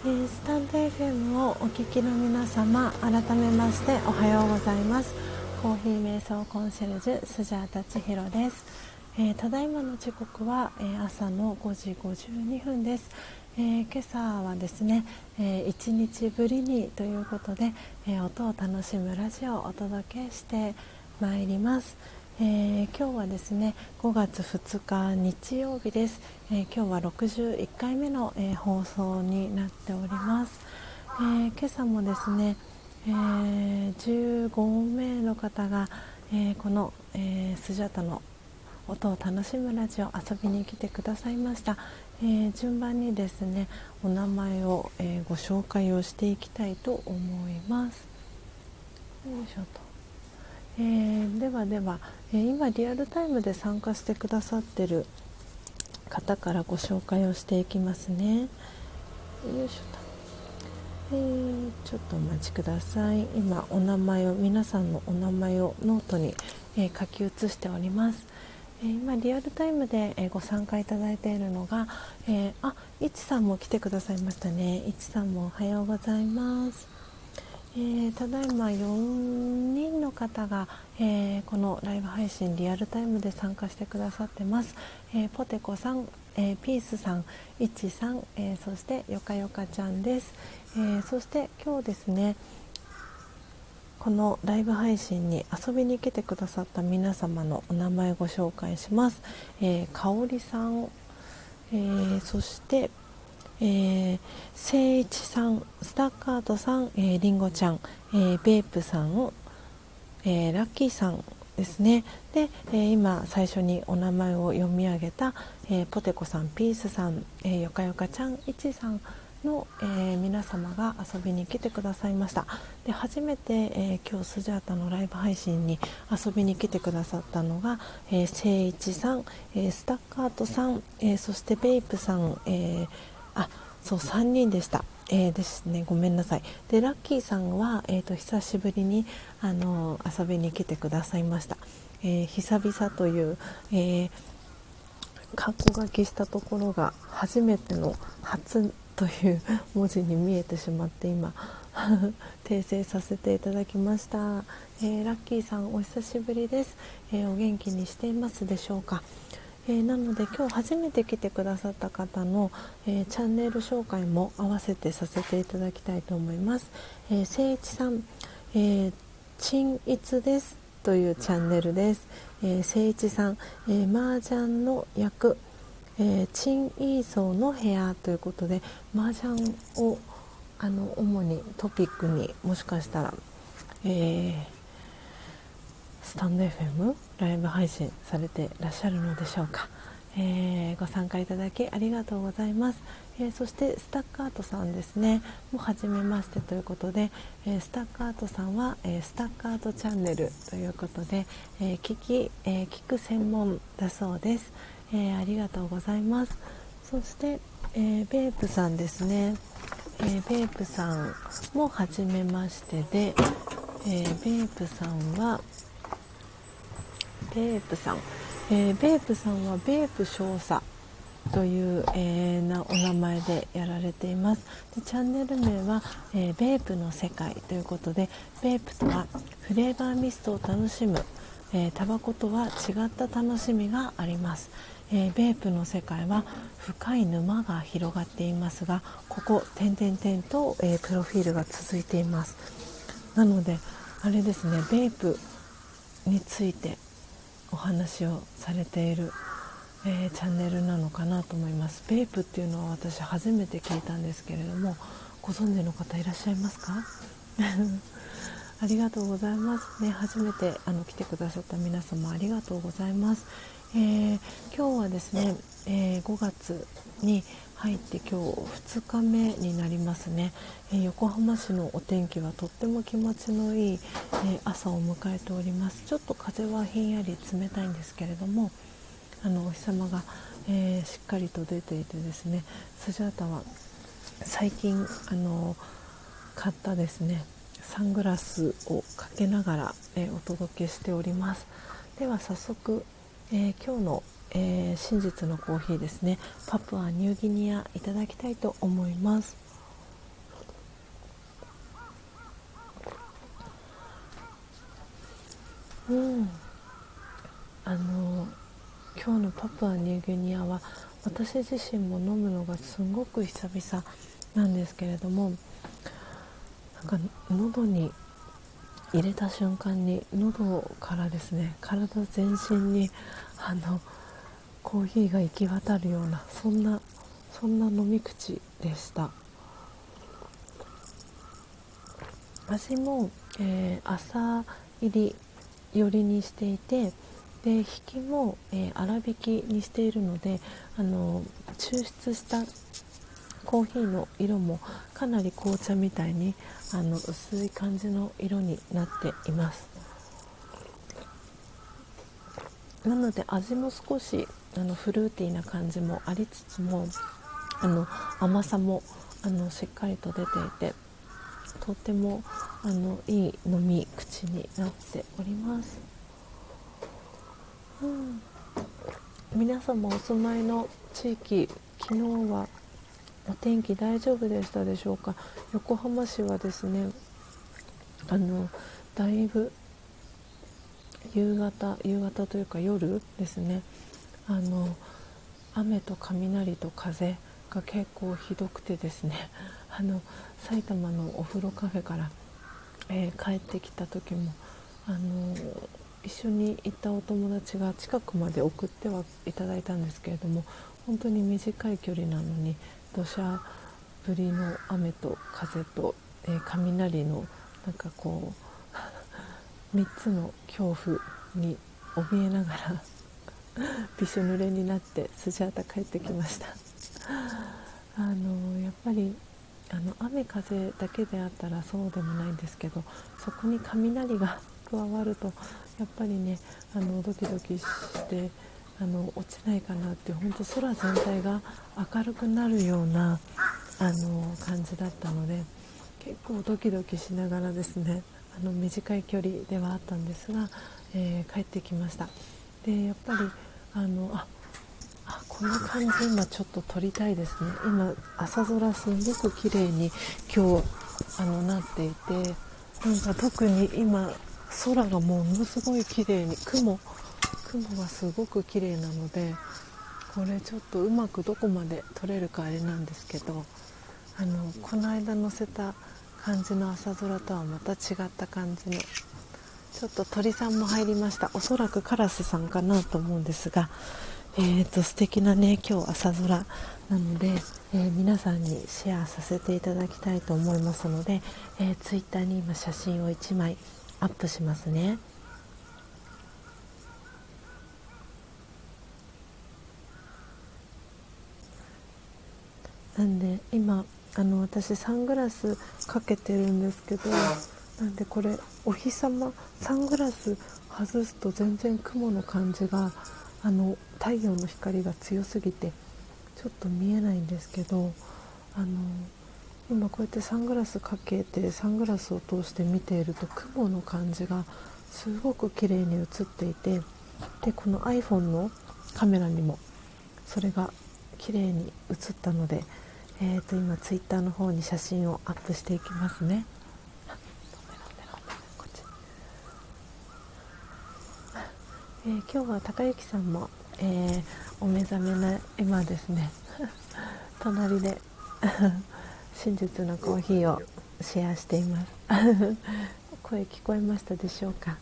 スタンド FM をお聞きの皆様、改めましておはようございます。コーヒー瞑想コンシェルジュスジャータ千尋です。ただいまの時刻は、朝の5時52分です。今朝はですね、1日ぶりにということで、音を楽しむラジオをお届けしてまいります。今日はですね5月2日日曜日です。今日は61回目の、放送になっております。今朝もですね、15名の方が、この、スジャタの音を楽しむラジオ遊びに来てくださいました。順番にですねお名前を、ご紹介をしていきたいと思います。よいしょと。では、今リアルタイムで参加してくださっている方からご紹介をしていきますね。よいしょと。ちょっとお待ちください。今皆さんのお名前をノートに、書き写しております。今リアルタイムで、ご参加いただいているのが、いちさんも来てくださいましたね。いちさんもおはようございます。ただいま4人の方が、このライブ配信リアルタイムで参加してくださってます。ポテコさん、ピースさん、いちさん、そしてよかよかちゃんです。そして今日ですねこのライブ配信に遊びに来てくださった皆様のお名前をご紹介します。かおりさん、そしてせいいちさん、スタッカートさん、りんごちゃん、ベープさん、ラッキーさんですね。で、今最初にお名前を読み上げた、ポテコさん、ピースさん、よかよかちゃん、いちさんの、皆様が遊びに来てくださいました。で、初めて、今日スジャータのライブ配信に遊びに来てくださったのが、せいいちさん、スタッカートさん、そしてベイプさん、そう3人でした。ですね、ごめんなさい。でラッキーさんは、久しぶりに遊びに来てくださいました。久々という、括弧書きしたところが初めての初という文字に見えてしまって今訂正させていただきました。ラッキーさんお久しぶりです。お元気にしていますでしょうか。なので今日初めて来てくださった方の、チャンネル紹介も合わせてさせていただきたいと思います。せいいちさん、ちんいつですというチャンネルです。せいいちさん、麻雀の役、チンイーソーの部屋ということで麻雀を主にトピックにもしかしたら、スタンド FM ライブ配信されていらっしゃるのでしょうか。ご参加いただきありがとうございます。そしてスタッカートさんですねも初めましてということで、スタッカートさんは、スタッカートチャンネルということで、聞く専門だそうです。ありがとうございます。そして、ベープさんですね、ベープさんも初めましてで、ベープさんはベープさん、ベープさんはベープ少佐という、お名前でやられています。でチャンネル名は、ベープの世界ということで、ベープとはフレーバーミストを楽しむ、タバコとは違った楽しみがあります。ベープの世界は深い沼が広がっていますが、ここ点々点と、プロフィールが続いています。なのであれですね、ベープについてお話をされている、チャンネルなのかなと思います。ベープっていうのは私初めて聞いたんですけれども、ご存知の方いらっしゃいますか？ありがとうございますね。初めて来てくださった皆様ありがとうございます。今日はですね、5月に入って今日2日目になりますね。横浜市のお天気はとっても気持ちのいい、朝を迎えております。ちょっと風はひんやり冷たいんですけれども、お日様が、しっかりと出ていてですね、スジャータは最近買ったですねサングラスをかけながら、お届けしております。では早速、今日の、真実のコーヒーですね、パプアニューギニアいただきたいと思います。 うん、今日のパプアニューギニアは私自身も飲むのがすごく久々なんですけれども、なんか喉に入れた瞬間に喉からですね、体全身にコーヒーが行き渡るような、そんな飲み口でした。味も、朝入り寄りにしていて、で引きも、粗挽きにしているので、抽出したコーヒーの色もかなり紅茶みたいに薄い感じの色になっています。なので味も少しフルーティーな感じもありつつも、甘さもしっかりと出ていて、とてもいい飲み口になっております。うん、皆様お住まいの地域、昨日はお天気大丈夫でしたでしょうか。横浜市はですね、だいぶ夕方というか夜ですね、雨と雷と風が結構ひどくてですね、埼玉のお風呂カフェから、帰ってきた時も一緒に行ったお友達が近くまで送ってはいただいたんですけれども、本当に短い距離なのに土砂降りの雨と風と、雷のなんかこう3つの恐怖に怯えながらびしょ濡れになってスジャータ帰ってきました。やっぱり雨風だけであったらそうでもないんですけど、そこに雷が加わるとやっぱりね、ドキドキして落ちないかなって、本当空全体が明るくなるような感じだったので、結構ドキドキしながらですね、短い距離ではあったんですが、帰ってきました。でやっぱりこの感じ今ちょっと撮りたいですね。今朝空すごく綺麗に今日なっていて、なんか特に今空がものすごい綺麗に、雲がすごく綺麗なので、これちょっとうまくどこまで撮れるかあれなんですけど、この間載せた感じの朝空とはまた違った感じの、ちょっと鳥さんも入りました。おそらくカラスさんかなと思うんですが、素敵なね今日朝空なので、皆さんにシェアさせていただきたいと思いますので、ツイッターに今写真を1枚アップしますね。なんで今私サングラスかけてるんですけど、なんでこれお日様、サングラス外すと全然雲の感じが太陽の光が強すぎてちょっと見えないんですけど、今こうやってサングラスかけてサングラスを通して見ていると雲の感じがすごく綺麗に映っていて、でこの iPhone のカメラにもそれが綺麗に映ったので、今ツイッターの方に写真をアップしていきますね。今日は高幸さんも、お目覚めな今ですね隣で真実のコーヒーをシェアしています声聞こえましたでしょうか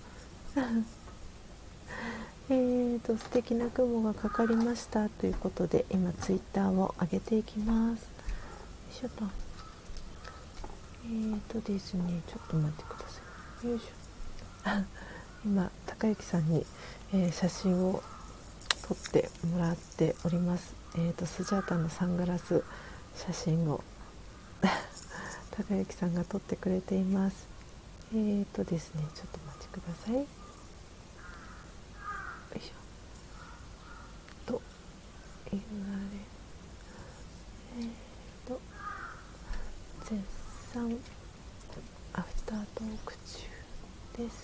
素敵な雲がかかりましたということで、今ツイッターを上げていきます。よいしょとですね、ちょっと待ってください。よいしょ今高幸さんに、写真を撮ってもらっております。スジャータのサングラス写真を高幸さんが撮ってくれています。ですね、ちょっとお待ちください。よいしょと言われ、絶賛アフタートーク中です。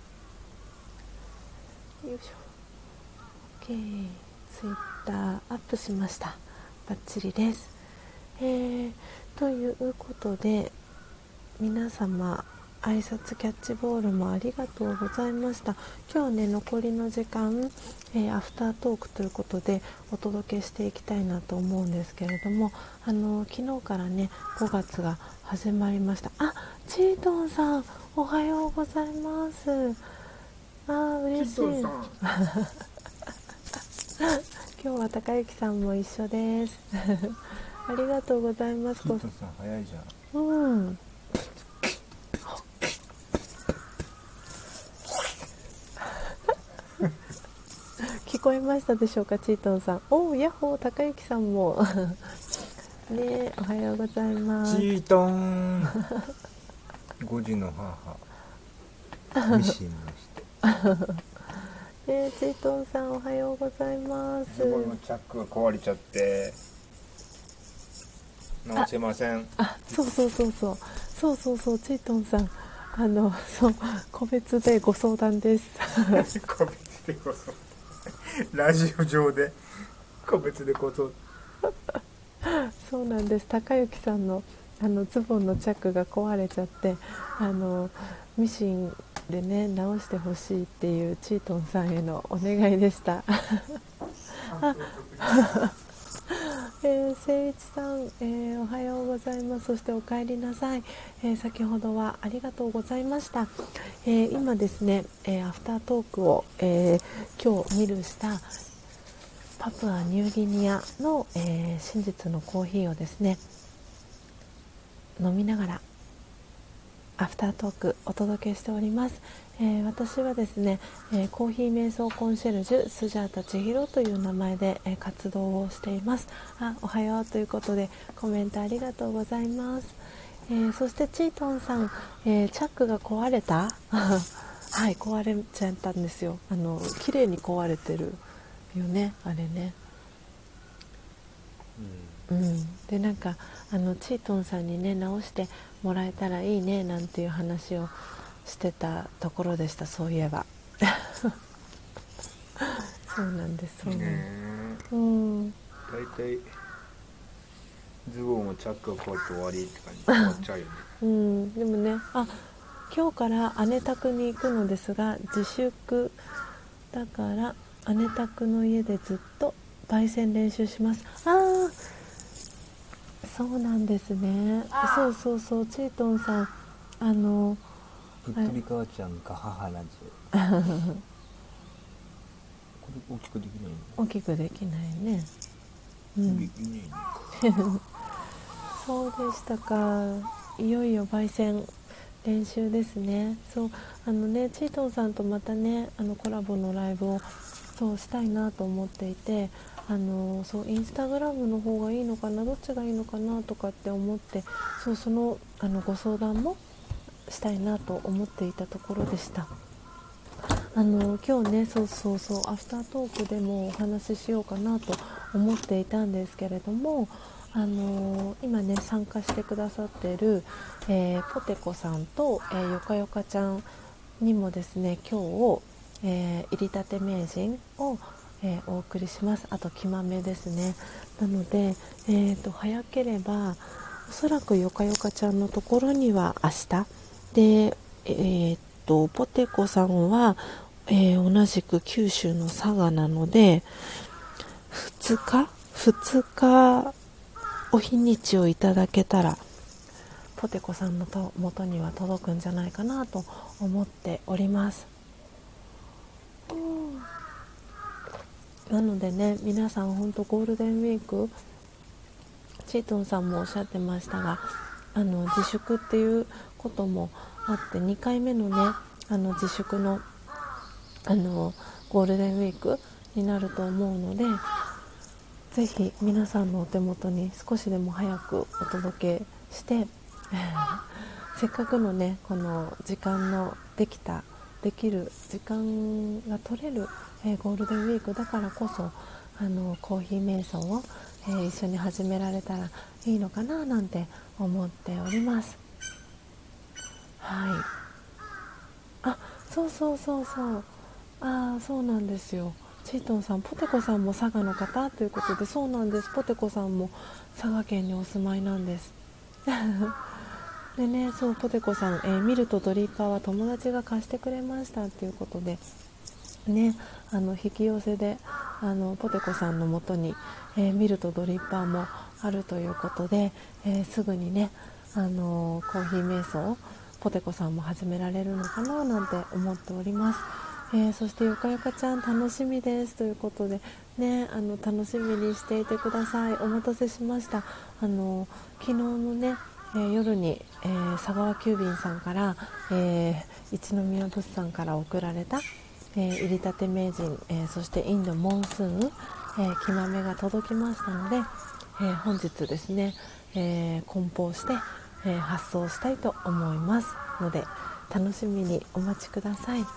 よいしょ。 OK、 ツイッターアップしました。バッチリです。ということで皆様挨拶キャッチボールもありがとうございました。今日ね残りの時間、アフタートークということでお届けしていきたいなと思うんですけれども、昨日からね5月が始まりました。あ、チートンさんおはようございます。嬉しい。今日は高幸さんも一緒ですありがとうございます。 チートンさん早いじゃん。 聞こえましたでしょうか、チートンさん。ヤッホー、高幸さんもね、おはようございます。 チートン5時の母ミシンもしてチートンさんおはようございます。 ズボンのチャックが壊れちゃって直せません。 そうチートンさんそう個別でご相談です個別でこそラジオ上で個別でこそそうなんです。高幸さんのズボンのチャックが壊れちゃってミシンでね直してほしいっていうチートンさんへのお願いでした誠一さん、おはようございます。そしてお帰りなさい。先ほどはありがとうございました。今ですね、アフタートークを、今日ミルしたパプアニューギニアの、真実のコーヒーをですね飲みながらアフタートークお届けしております。私はですね、コーヒー瞑想コンシェルジュスジャータ千尋という名前で、活動をしています。おはようということでコメントありがとうございます。そしてチートンさん、チャックが壊れたはい、壊れちゃったんですよ。綺麗に壊れてるよね、あれね。でなんかチートンさんにね直してもらえたらいいねなんていう話をしてたところでした。そういえばそうなんです。そうなんです。 大体ズボンもチャックが壊れて終わりって感じで終わっちゃうよね。 でもね今日から姉宅に行くのですが自粛だから姉宅の家でずっと焙煎練習します。そうなんですね。そうチートンさんぶっとり母ちゃんか母ラジオこれ大きくできないの？ 大きくできないね。 できないのかそうでしたか。いよいよ焙煎練習ですね。そうね、チートンさんとまたねコラボのライブをそうしたいなと思っていて、そうインスタグラムの方がいいのかな、どっちがいいのかなとかって思って、そのご相談もしたいなと思っていたところでした。今日ねそうアフタートークでもお話ししようかなと思っていたんですけれども、今ね参加してくださっている、ポテコさんと、よかよかちゃんにもですね今日、入りたて名人を、お送りします。あときまめですね。なので、早ければおそらくよかよかちゃんのところには明日で、ポテコさんは、同じく九州の佐賀なので2日お日にちをいただけたらポテコさんの元には届くんじゃないかなと思っております。なのでね皆さん本当ゴールデンウィークチートンさんもおっしゃってましたが自粛っていうこともあって2回目のね自粛のゴールデンウィークになると思うので、ぜひ皆さんのお手元に少しでも早くお届けしてせっかくのねこの時間のできる時間が取れる、ゴールデンウィークだからこそコーヒー瞑想を、一緒に始められたらいいのかななんて思っております。はい。そうそうなんですよ。チートンさん、ポテコさんも佐賀の方ということで、そうなんです。ポテコさんも佐賀県にお住まいなんですでね、そうポテコさん、ミルとドリッパーは友達が貸してくれましたっていうことでね、引き寄せでポテコさんのもとに、ミルとドリッパーもあるということで、すぐにね、コーヒー瞑想をポテコさんも始められるのかななんて思っております。そしてゆかゆかちゃん楽しみですということでね、楽しみにしていてください。お待たせしました。昨日のね、夜に、佐川急便さんから、一宮物産から送られた、入りたて名人、そしてインドモンスーン、木豆が届きましたので、本日ですね、梱包して、発送したいと思いますので楽しみにお待ちください。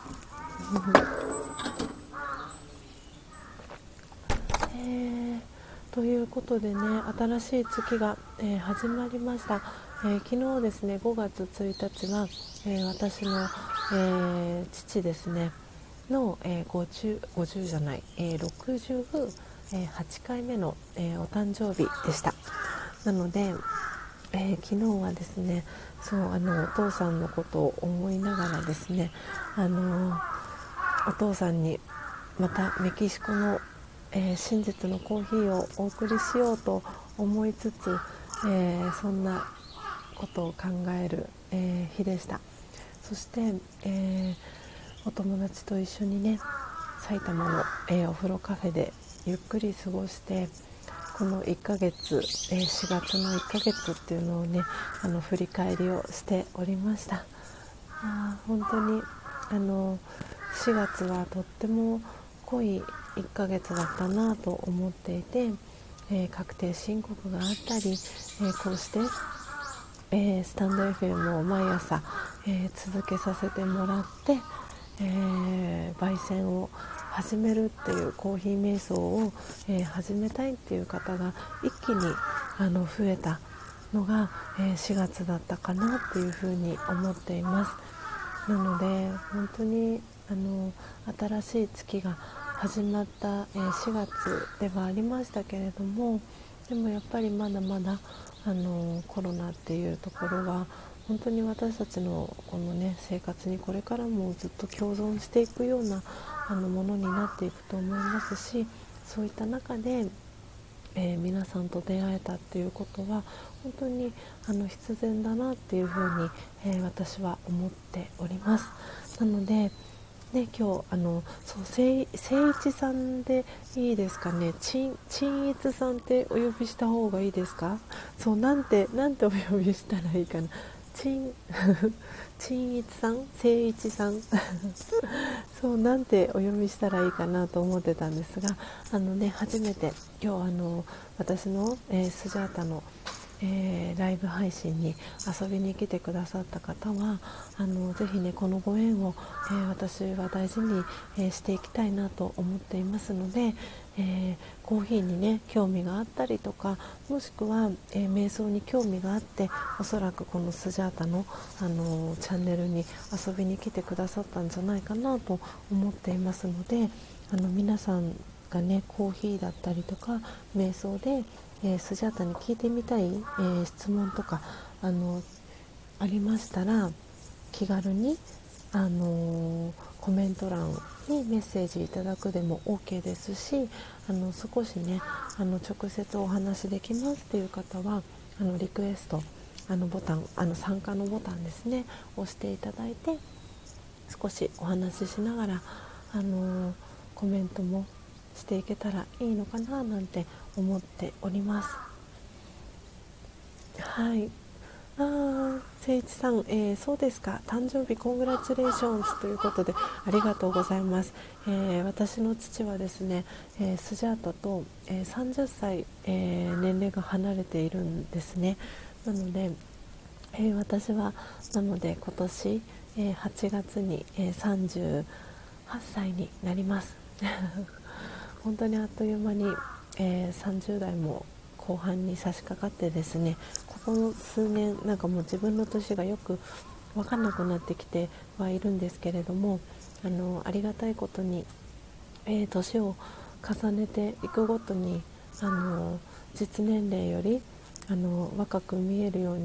ということでね、新しい月が、始まりました。昨日ですね、5月1日は、私の、父ですねの、50じゃない、68回目の、お誕生日でした。なので、昨日はですね、そうお父さんのことを思いながらですね、お父さんにまたメキシコの、真実のコーヒーをお送りしようと思いつつ、そんなことを考える、日でした。そして、お友達と一緒にね、埼玉の、お風呂カフェでゆっくり過ごして、この1ヶ月、4月の1ヶ月っていうのをね、振り返りをしておりました。本当に4月はとっても濃い1ヶ月だったなと思っていて、確定申告があったり、こうして、スタンド FM を毎朝、続けさせてもらって、焙煎を始めるっていうコーヒー瞑想を、始めたいっていう方が一気に増えたのが、4月だったかなっていうふうに思っています。なので本当に新しい月が始まった、4月ではありましたけれども、でもやっぱりまだまだコロナっていうところは本当に私たちのこの、ね、生活にこれからもずっと共存していくようなものになっていくと思いますし、そういった中で、皆さんと出会えたっていうことは本当に必然だなっていうふうに、私は思っております。なのでね、今日そう誠一さんでいいですかね、陳一さんってお呼びした方がいいですか？そうなんてお呼びしたらいいかな。陳一さん、誠一さんそうなんてお読みしたらいいかなと思ってたんですが、初めて今日私の、スジャータの、ライブ配信に遊びに来てくださった方はぜひねこのご縁を、私は大事に、していきたいなと思っていますので、コーヒーにね興味があったりとか、もしくは、瞑想に興味があっておそらくこのスジャータの、チャンネルに遊びに来てくださったんじゃないかなと思っていますので、皆さんがねコーヒーだったりとか瞑想でスジャータに聞いてみたい、質問とかありましたら気軽に、コメント欄にメッセージいただくでも OK ですし、少しね直接お話できますっていう方はリクエストボタン参加のボタンですね押していただいて、少しお話ししながらコメントもしていけたらいいのかななんて思っております。はい。誠一さん、そうですか、誕生日コングラチュレーションズということでありがとうございます。私の父はですね、スジャータと、30歳、年齢が離れているんですね。なので、私はなので今年、8月に、38歳になります本当にあっという間に、30代も後半に差し掛かってですね、ここの数年なんかもう自分の年がよく分かんなくなってきてはいるんですけれども、ありがたいことに、年を重ねていくごとに実年齢より若く見えるように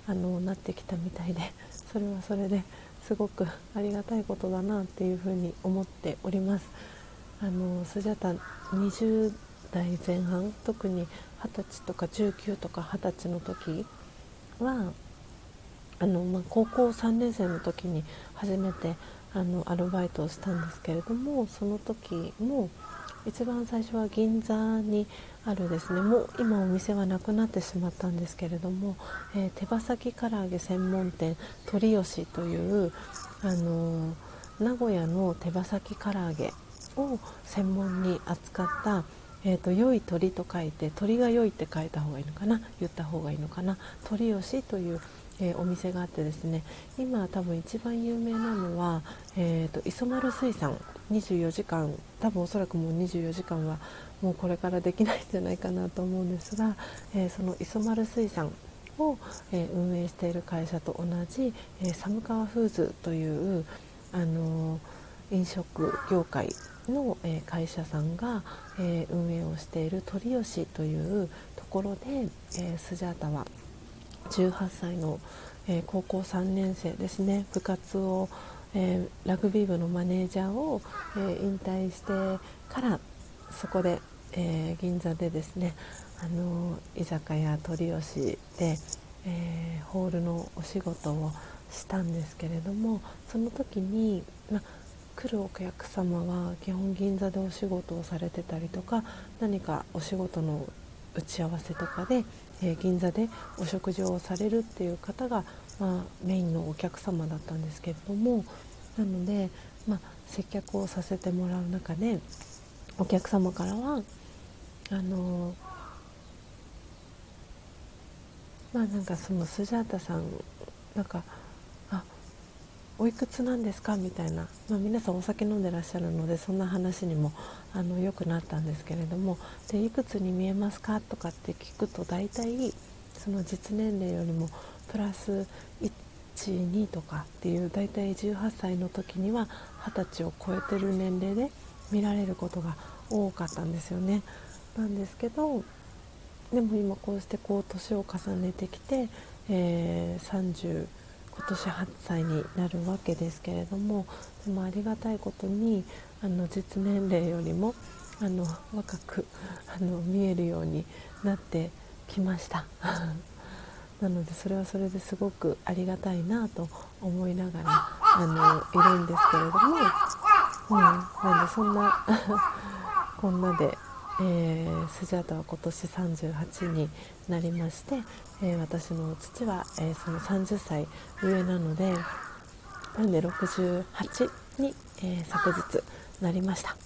なってきたみたいで、それはそれですごくありがたいことだなっていうふうに思っております。スジャタ20代前半、特に20歳とか19とか20歳の時は高校3年生の時に初めてアルバイトをしたんですけれども、その時も一番最初は銀座にあるですね、もう今お店はなくなってしまったんですけれども、手羽先唐揚げ専門店鳥吉という名古屋の手羽先唐揚げを専門に扱った良い鳥と書いて、鳥が良いって書いた方がいいのかな、言った方がいいのかな、鳥吉という、お店があってですね、今多分一番有名なのは、磯丸水産24時間、多分おそらくもう24時間はもうこれからできないんじゃないかなと思うんですが、その磯丸水産を、運営している会社と同じ、寒川フーズという飲食業界の、会社さんが、運営をしている鳥吉というところで、スジャータは18歳の、高校3年生ですね、部活を、ラグビー部のマネージャーを、引退してからそこで、銀座でですね、居酒屋鳥吉で、ホールのお仕事をしたんですけれども、その時に、来るお客様は基本銀座でお仕事をされてたりとか、何かお仕事の打ち合わせとかで、銀座でお食事をされるっていう方が、メインのお客様だったんですけれども、なので、接客をさせてもらう中でお客様からはなんかそのスジャータさんなんかおいくつなんですかみたいな、皆さんお酒飲んでらっしゃるのでそんな話にもよくなったんですけれども、でいくつに見えますかとかって聞くと、大体その実年齢よりもプラス1、2とかっていう、大体18歳の時には20歳を超えてる年齢で見られることが多かったんですよね。なんですけど、でも今こうして年を重ねてきて、30今年8歳になるわけですけれども、でもありがたいことに実年齢よりも若く見えるようになってきましたなのでそれはそれですごくありがたいなと思いながらいるんですけれども、なんでそんなこんなで、スジャータは今年38になりまして、私の父は、その30歳上なので、なんで68に、昨日なりました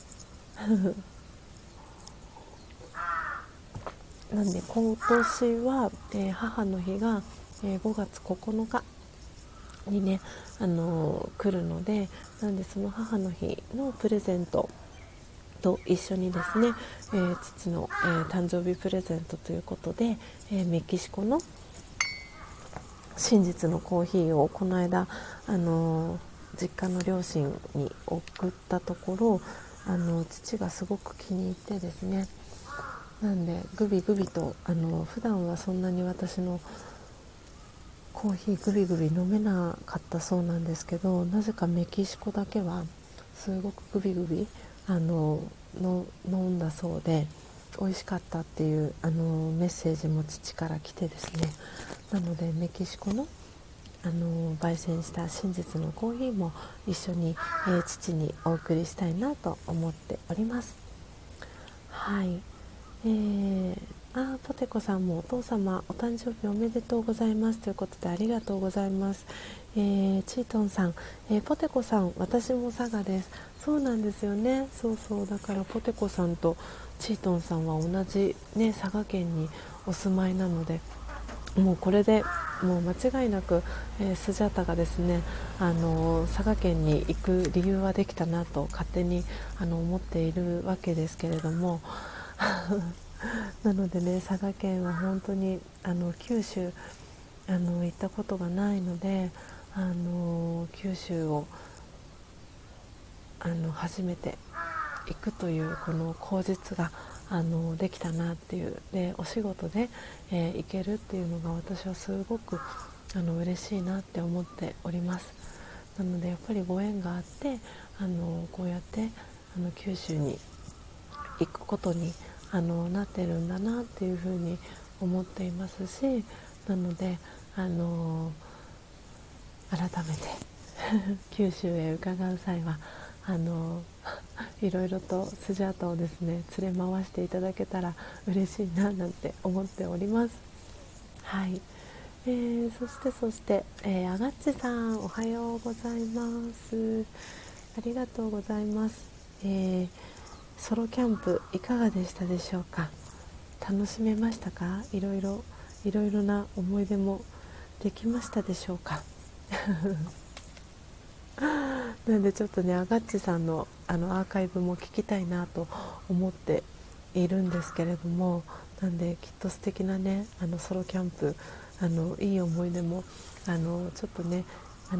なんで今年は、母の日が、5月9日にね、来るので、なんでその母の日のプレゼントと一緒にですね、父の、誕生日プレゼントということで、メキシコの真実のコーヒーをこの間、実家の両親に送ったところ、父がすごく気に入ってですね、なんでグビグビと普段はそんなに私のコーヒーグビグビ飲めなかったそうなんですけど、なぜかメキシコだけはすごくグビグビ飲んだそうで、美味しかったっていうメッセージも父から来てですね、なのでメキシコの焙煎した真実のコーヒーも一緒に、父にお送りしたいなと思っております。はい、ポテコさんもお父様お誕生日おめでとうございますということでありがとうございます。チートンさん、ポテコさん私も佐賀です。そうなんですよね。そうだからポテコさんとチートンさんは同じ、ね、佐賀県にお住まいなので、もうこれでもう間違いなく、スジャタがですね佐賀県に行く理由はできたなと勝手に思っているわけですけれどもなのでね、佐賀県は本当に九州行ったことがないので九州を初めて行くというこの口実ができたなっていう、でお仕事で、行けるっていうのが私はすごく嬉しいなって思っております。なのでやっぱりご縁があってこうやって九州に行くことになってるんだなっていうふうに思っていますし、なので改めて九州へ伺う際はいろいろとスジャータをですね連れ回していただけたら嬉しいななんて思っております。はい、そして、あがっちさんおはようございます。ありがとうございます。ソロキャンプいかがでしたでしょうか。楽しめましたか。いろいろな思い出もできましたでしょうか。なんでちょっとね、あがっちさんのアーカイブも聞きたいなと思っているんですけれども、なんできっと素敵なねソロキャンプいい思い出もちょっとね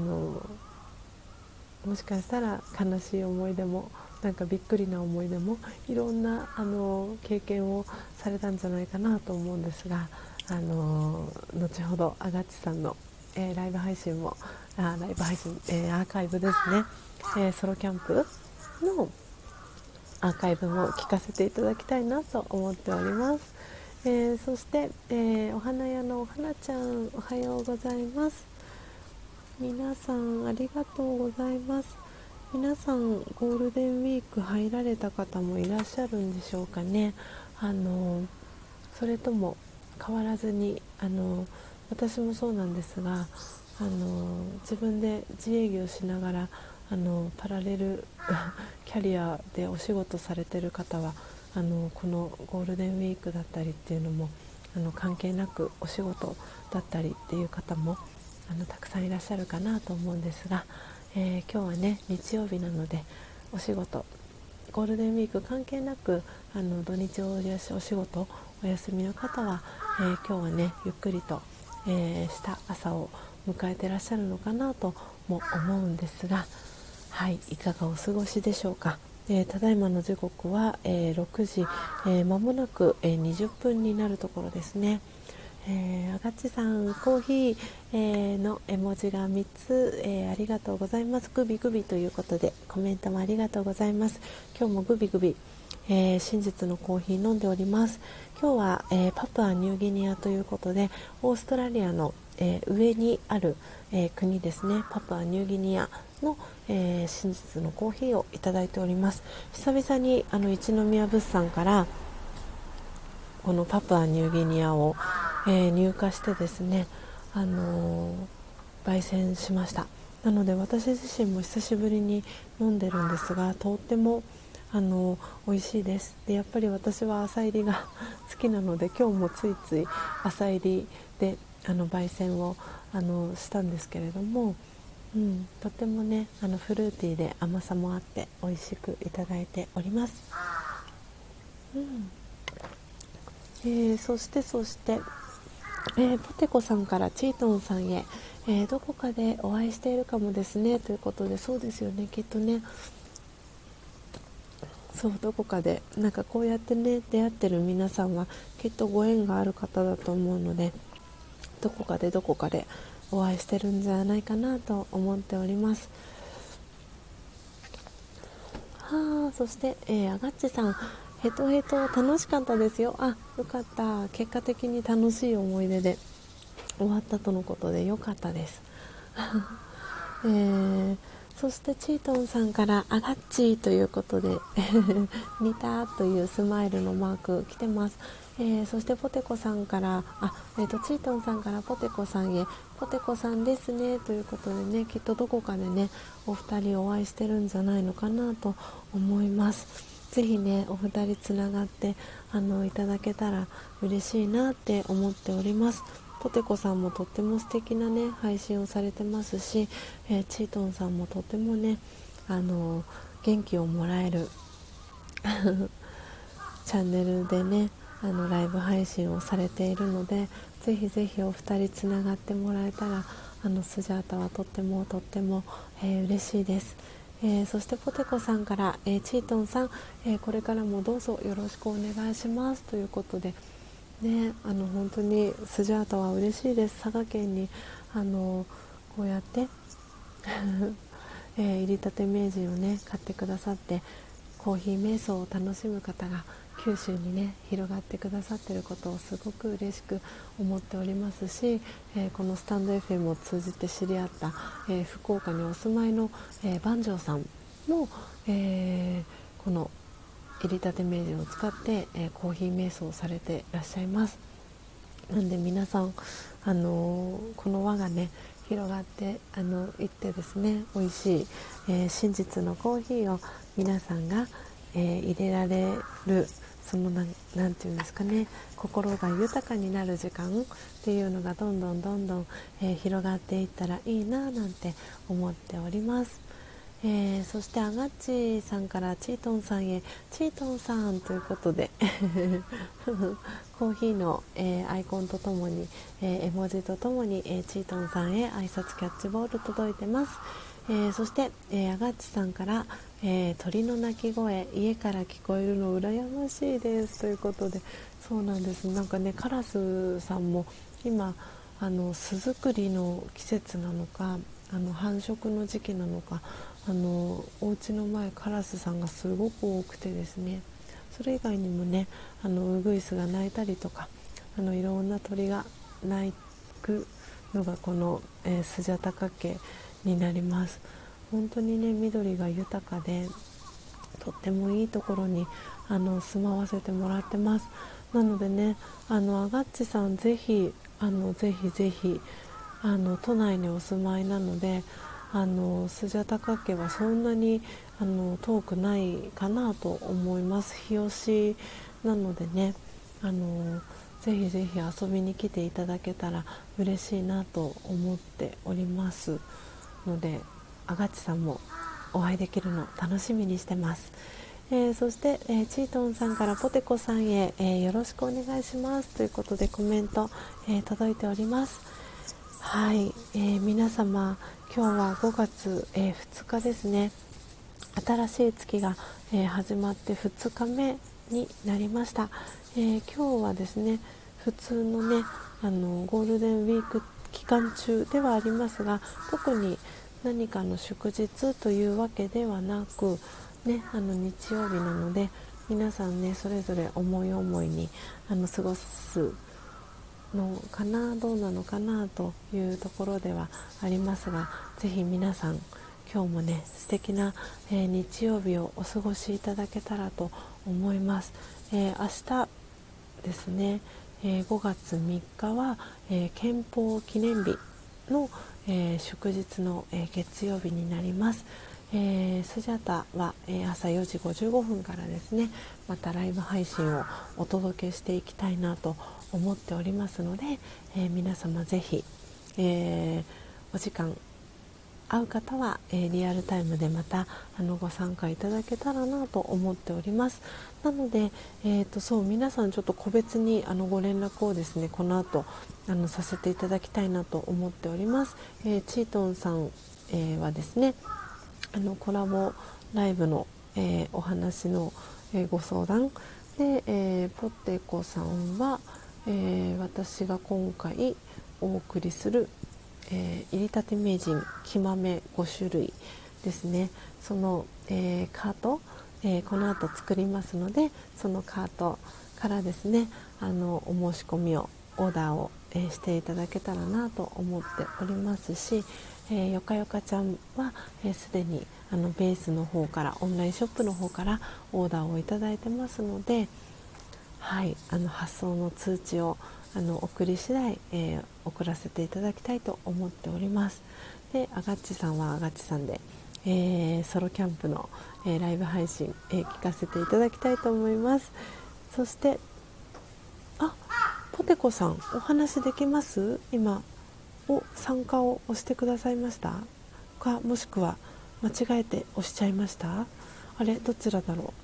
もしかしたら悲しい思い出もなんかびっくりな思い出もいろんな経験をされたんじゃないかなと思うんですが、後ほどあがっちさんの、ライブ配信もライブ配信、アーカイブですね、ソロキャンプのアーカイブも聞かせていただきたいなと思っております。そして、お花屋のお花ちゃんおはようございます。皆さんありがとうございます。皆さんゴールデンウィーク入られた方もいらっしゃるんでしょうかね。それとも変わらずに私もそうなんですが自分で自営業しながらパラレルキャリアでお仕事されてる方はこのゴールデンウィークだったりっていうのも関係なくお仕事だったりっていう方もたくさんいらっしゃるかなと思うんですが、今日はね日曜日なのでお仕事ゴールデンウィーク関係なく土日お仕事お休みの方は、今日はねゆっくりと、した朝を迎えてらっしゃるのかなとも思うんですが、はい、いかがお過ごしでしょうか。ただいまの時刻は、6時、間もなく、20分になるところですね。あがっちさんコーヒー、の絵文字が3つ、ありがとうございます。グビグビということでコメントもありがとうございます。今日もグビグビ、真実のコーヒー飲んでおります。今日は、パプアニューギニアということでオーストラリアの、上にある、国ですね。パプアニューギニアの、真実のコーヒーをいただいております。久々に一宮物産からこのパプアニューギニアを、入荷してですね、焙煎しました。なので私自身も久しぶりに飲んでるんですが、とっても美味しいです。でやっぱり私は浅入りが好きなので今日もついつい浅入りで焙煎をしたんですけれども、とてもねフルーティーで甘さもあって美味しくいただいております。そして、ポテコさんからチートンさんへ、どこかでお会いしているかもですねということで、そうですよね、きっとね。そう、どこかでなんかこうやってね出会ってる皆さんはきっとご縁がある方だと思うので、どこかでお会いしてるんじゃないかなと思っております。そして、あがっちさんヘトヘト楽しかったですよ。よかった。結果的に楽しい思い出で終わったとのことでよかったです。そしてチートンさんからアガッチーということで似たというスマイルのマーク来てます。そしてポテコさんからチートンさんからポテコさんへ、ポテコさんですねということでね、きっとどこかでねお二人お会いしてるんじゃないのかなと思います。ぜひねお二人つながっていただけたら嬉しいなって思っております。ポテコさんもとっても素敵なね配信をされてますし、チートンさんもとてもね元気をもらえるチャンネルでねライブ配信をされているので、ぜひぜひお二人つながってもらえたらスジャータはとっても、嬉しいです。そしてポテコさんから、チートンさん、これからもどうぞよろしくお願いしますということで、 ね、本当にスジャータは嬉しいです。佐賀県にこうやって入りたて名人をね買ってくださって、コーヒー瞑想を楽しむ方が九州にね広がってくださっていることをすごく嬉しく思っておりますし、このスタンド FM を通じて知り合った、福岡にお住まいの、番匠さんも、この入りたて名人を使って、コーヒー瞑想をされていらっしゃいます。なんで皆さん、この輪がね広がっていってですね、美味しい、真実のコーヒーを皆さんが、入れられる、そのなんていうんですかね、心が豊かになる時間っていうのがどんどん、広がっていったらいいななんて思っております。そしてアガッチさんからチートンさんへ、チートンさんということでコーヒーの、アイコンとともに、絵文字とともに、チートンさんへ挨拶キャッチボール届いてます。そして、アガッチさんから、鳥の鳴き声家から聞こえるの羨ましいですということで、そうなんです。なんかね、カラスさんも今巣作りの季節なのか繁殖の時期なのか、お家の前カラスさんがすごく多くてですね、それ以外にもねウグイスが鳴いたりとかいろんな鳥が鳴くのがこの、スジャタカ家になります。本当にね緑が豊かでとってもいいところに住まわせてもらってます。なのでねアガッチさんぜひぜひ都内にお住まいなのでスジャタカ家はそんなに遠くないかなと思います。日吉なのでねぜひぜひ遊びに来ていただけたら嬉しいなと思っておりますので、アガッチさんもお会いできるの楽しみにしてます。そして、チートンさんからポテコさんへ、よろしくお願いしますということでコメント、届いております。はい、皆様今日は5月、2日ですね。新しい月が、始まって2日目になりました。今日はですね普通のねゴールデンウィーク期間中ではありますが、特に何かの祝日というわけではなく、ね、日曜日なので皆さんねそれぞれ思い思いに過ごすのかな、どうなのかなというところではありますが、ぜひ皆さん今日もね素敵な、日曜日をお過ごしいただけたらと思います。明日ですね、5月3日は、憲法記念日の、祝日の、月曜日になります。スジャタは、朝4時55分からですねまたライブ配信をお届けしていきたいなと思っておりますので、皆様ぜひ、お時間合う方は、リアルタイムでまたご参加いただけたらなと思っております。なので、そう皆さんちょっと個別にご連絡をですねこの後させていただきたいなと思っております。チートンさん、はですねコラボライブの、お話の、ご相談で、ポテコさんは、私が今回お送りする入りたて名人木豆5種類ですね、その、カート、この後作りますので、そのカートからですねお申し込みをオーダーを、していただけたらなと思っておりますし、よかよかちゃんはすでにベースの方からオンラインショップの方からオーダーをいただいてますので、はい、発送の通知を送り次第、送らせていただきたいと思っております。でアガッチさんはアガッチさんで、ソロキャンプの、ライブ配信、聞かせていただきたいと思います。そしてポテコさんお話できます？今参加を押してくださいましたか、もしくは間違えて押しちゃいました？あれどちらだろ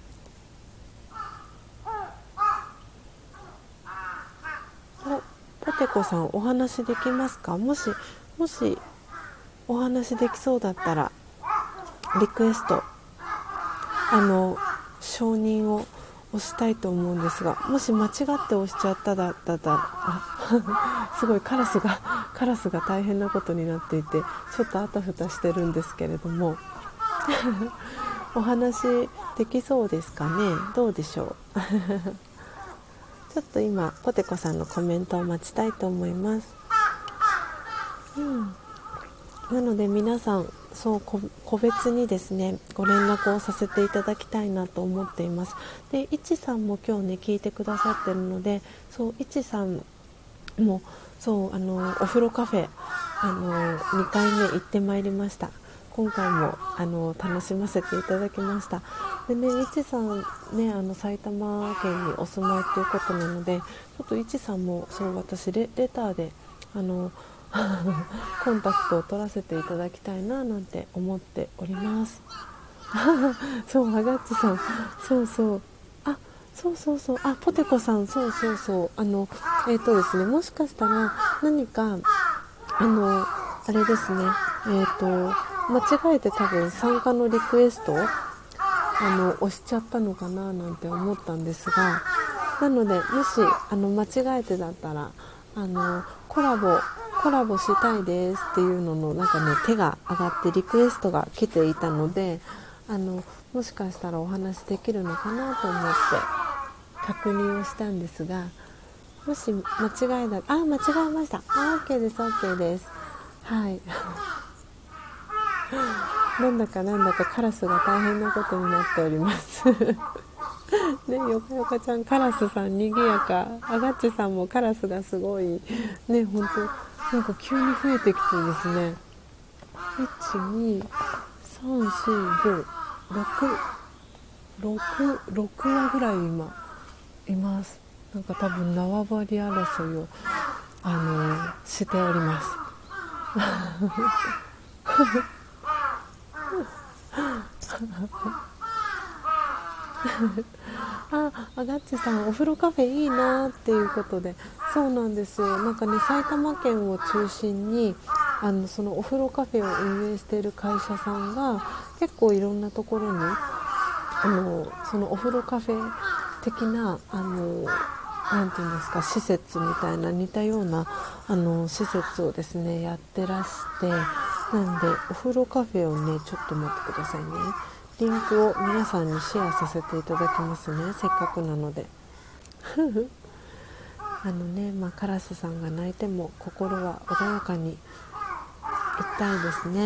う。ポテコさんお話できますか？もしお話できそうだったらリクエスト承認を押したいと思うんですが、もし間違って押しちゃったらすごいカラスが大変なことになっていて、ちょっとあたふたしてるんですけれどもお話できそうですかね。どうでしょうちょっと今ポテコさんのコメントを待ちたいと思います。なので皆さん、そう個別にですねご連絡をさせていただきたいなと思っています。で、いちさんも今日ね聞いてくださってるので、そういちさんもそうお風呂カフェ2回目行ってまいりました。今回も楽しませていただきました。でね、いちさんね埼玉県にお住まいということなので、ちょっといちさんもそう私レターでコンタクトを取らせていただきたいななんて思っておりますそう、はがっちさん、そうポテコさん、そうですね、もしかしたら何かあれですね、間違えて多分参加のリクエストを押しちゃったのかななんて思ったんですが、なのでもし間違えてだったらコラボしたいですっていうののなんかね手が上がってリクエストが来ていたので、もしかしたらお話できるのかなと思って確認をしたんですが、もし間違えました。OK です OK です。はいなんだかカラスが大変なことになっておりますね、よかよかちゃん、カラスさんにぎやか、あがっちさんもカラスがすごいね、本当なんか急に増えてきてですね、1234566羽ぐらい今います。なんか多分縄張り争いをしておりますあがっちさん、お風呂カフェいいなっていうことで、そうなんですよ。なんかね、埼玉県を中心にそのお風呂カフェを運営している会社さんが結構いろんなところにそのお風呂カフェ的ななんていうんですか、施設みたいな似たような施設をですねやってらして、なんでお風呂カフェをね、ちょっと待ってくださいね、リンクを皆さんにシェアさせていただきますね、せっかくなのでカラスさんが鳴いても心は穏やかにいたいですね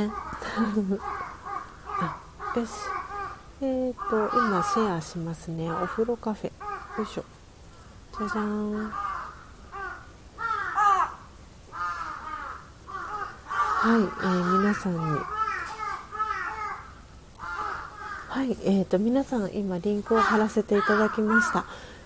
よし、今シェアしますね。お風呂カフェ、よいしょ、じゃじゃーん。はい、皆さんに皆さん今リンクを貼らせていただきました。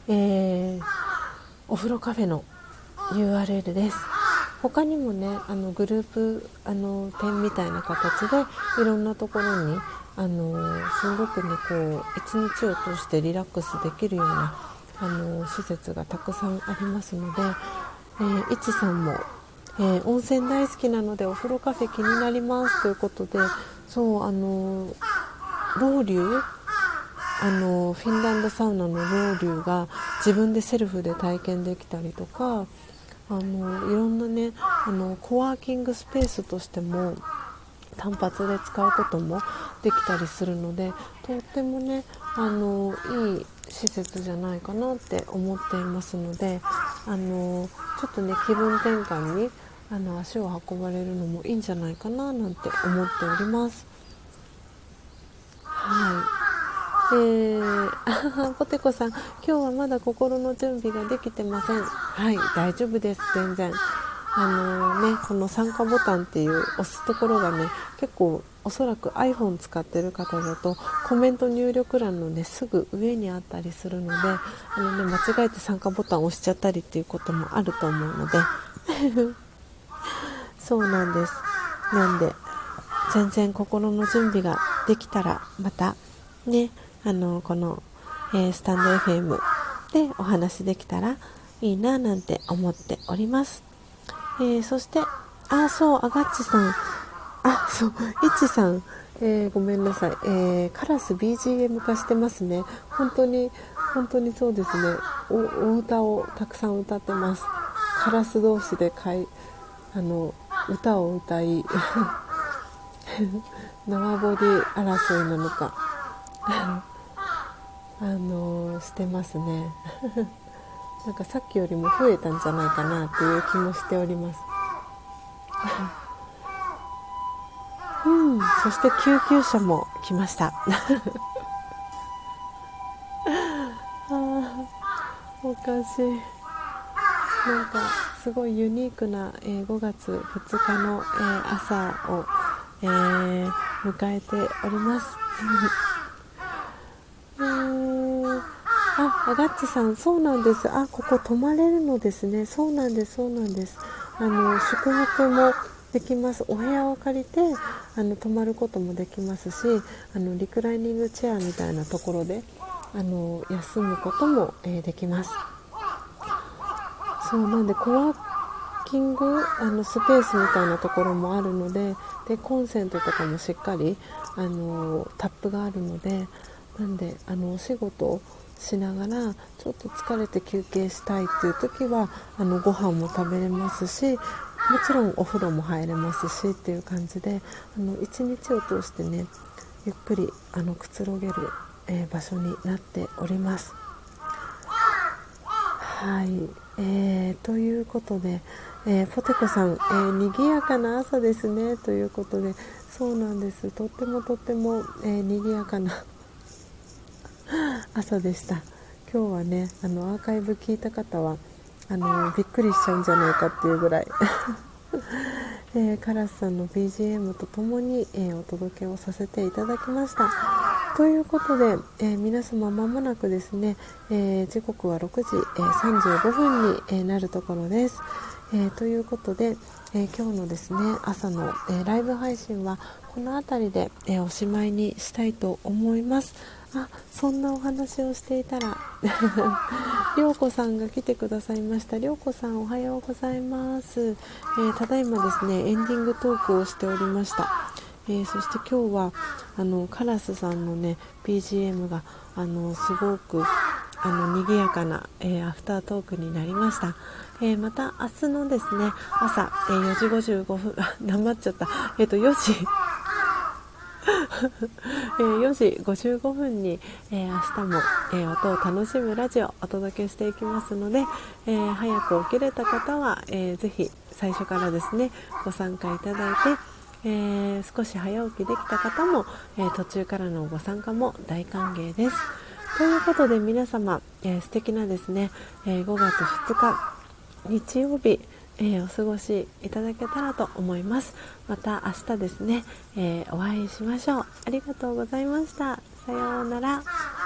お風呂カフェの URL です。他にもねグループ展みたいな形でいろんなところにすごくねこう一日を通してリラックスできるような施設がたくさんありますので、いちさんも、温泉大好きなのでお風呂カフェ気になりますということで、そうロウリュフィンランドサウナのロウリュが自分でセルフで体験できたりとか、いろんなねコワーキングスペースとしても単発で使うこともできたりするので、とってもねいい施設じゃないかなって思っていますので、ちょっとね気分転換に足を運ばれるのもいいんじゃないかななんて思っております。はい、ポテコさん、今日はまだ心の準備ができてません。はい、大丈夫です、全然。この参加ボタンっていう押すところがね、結構おそらく iPhone 使ってる方だとコメント入力欄のねすぐ上にあったりするので、間違えて参加ボタンを押しちゃったりっていうこともあると思うのでそうなんです。なんで全然心の準備ができたらまたねこの、スタンド FM でお話できたらいいななんて思っております。そしてそう、あがっちさん、そう、いちさん、 ごめんなさい、カラス BGM 化してますね。本当にそうですね。お歌をたくさん歌ってます。カラス同士で歌を歌い縄張り争いなのかしてますねなんかさっきよりも増えたんじゃないかなっていう気もしておりますそして救急車も来ましたおかしい。なんかすごいユニークな、5月2日の、朝を、迎えておりますガッツさん、そうなんです。ここ泊まれるのですね。そうなんです。宿泊もできます。お部屋を借りて泊まることもできますし、リクライニングチェアみたいなところで休むことも、できます。そうなんでコワーキングスペースみたいなところもあるので、コンセントとかもしっかりタップがあるので、なんでお仕事をしながらちょっと疲れて休憩したいっていう時はご飯も食べれますし、もちろんお風呂も入れますしっていう感じで一日を通してね、ゆっくりくつろげる、場所になっております。はい、ということで、ポテコさん、賑やかな朝ですねということで、そうなんです。とっても、賑やかな朝でした。今日はねアーカイブ聞いた方はびっくりしちゃうんじゃないかっていうぐらいカラスさんの BGM とともに、お届けをさせていただきました。ということで、皆様まもなくですね、時刻は6時、35分に、なるところです。ということで、今日のですね朝の、ライブ配信はこの辺りで、おしまいにしたいと思います。そんなお話をしていたらりょうこさんが来てくださいました。りょうこさん、おはようございます。ただいまですねエンディングトークをしておりました。そして今日はカラスさんのね BGM がすごく賑やかな、アフタートークになりました。また明日のですね朝、4時55分黙っちゃった、4時4時55分に、明日も、音を楽しむラジオをお届けしていきますので、早く起きれた方は、ぜひ最初からですねご参加いただいて、少し早起きできた方も、途中からのご参加も大歓迎です。ということで皆様、素敵なですね、5月2日日曜日、お過ごしいただけたらと思います。また明日ですね、お会いしましょう。ありがとうございました。さようなら。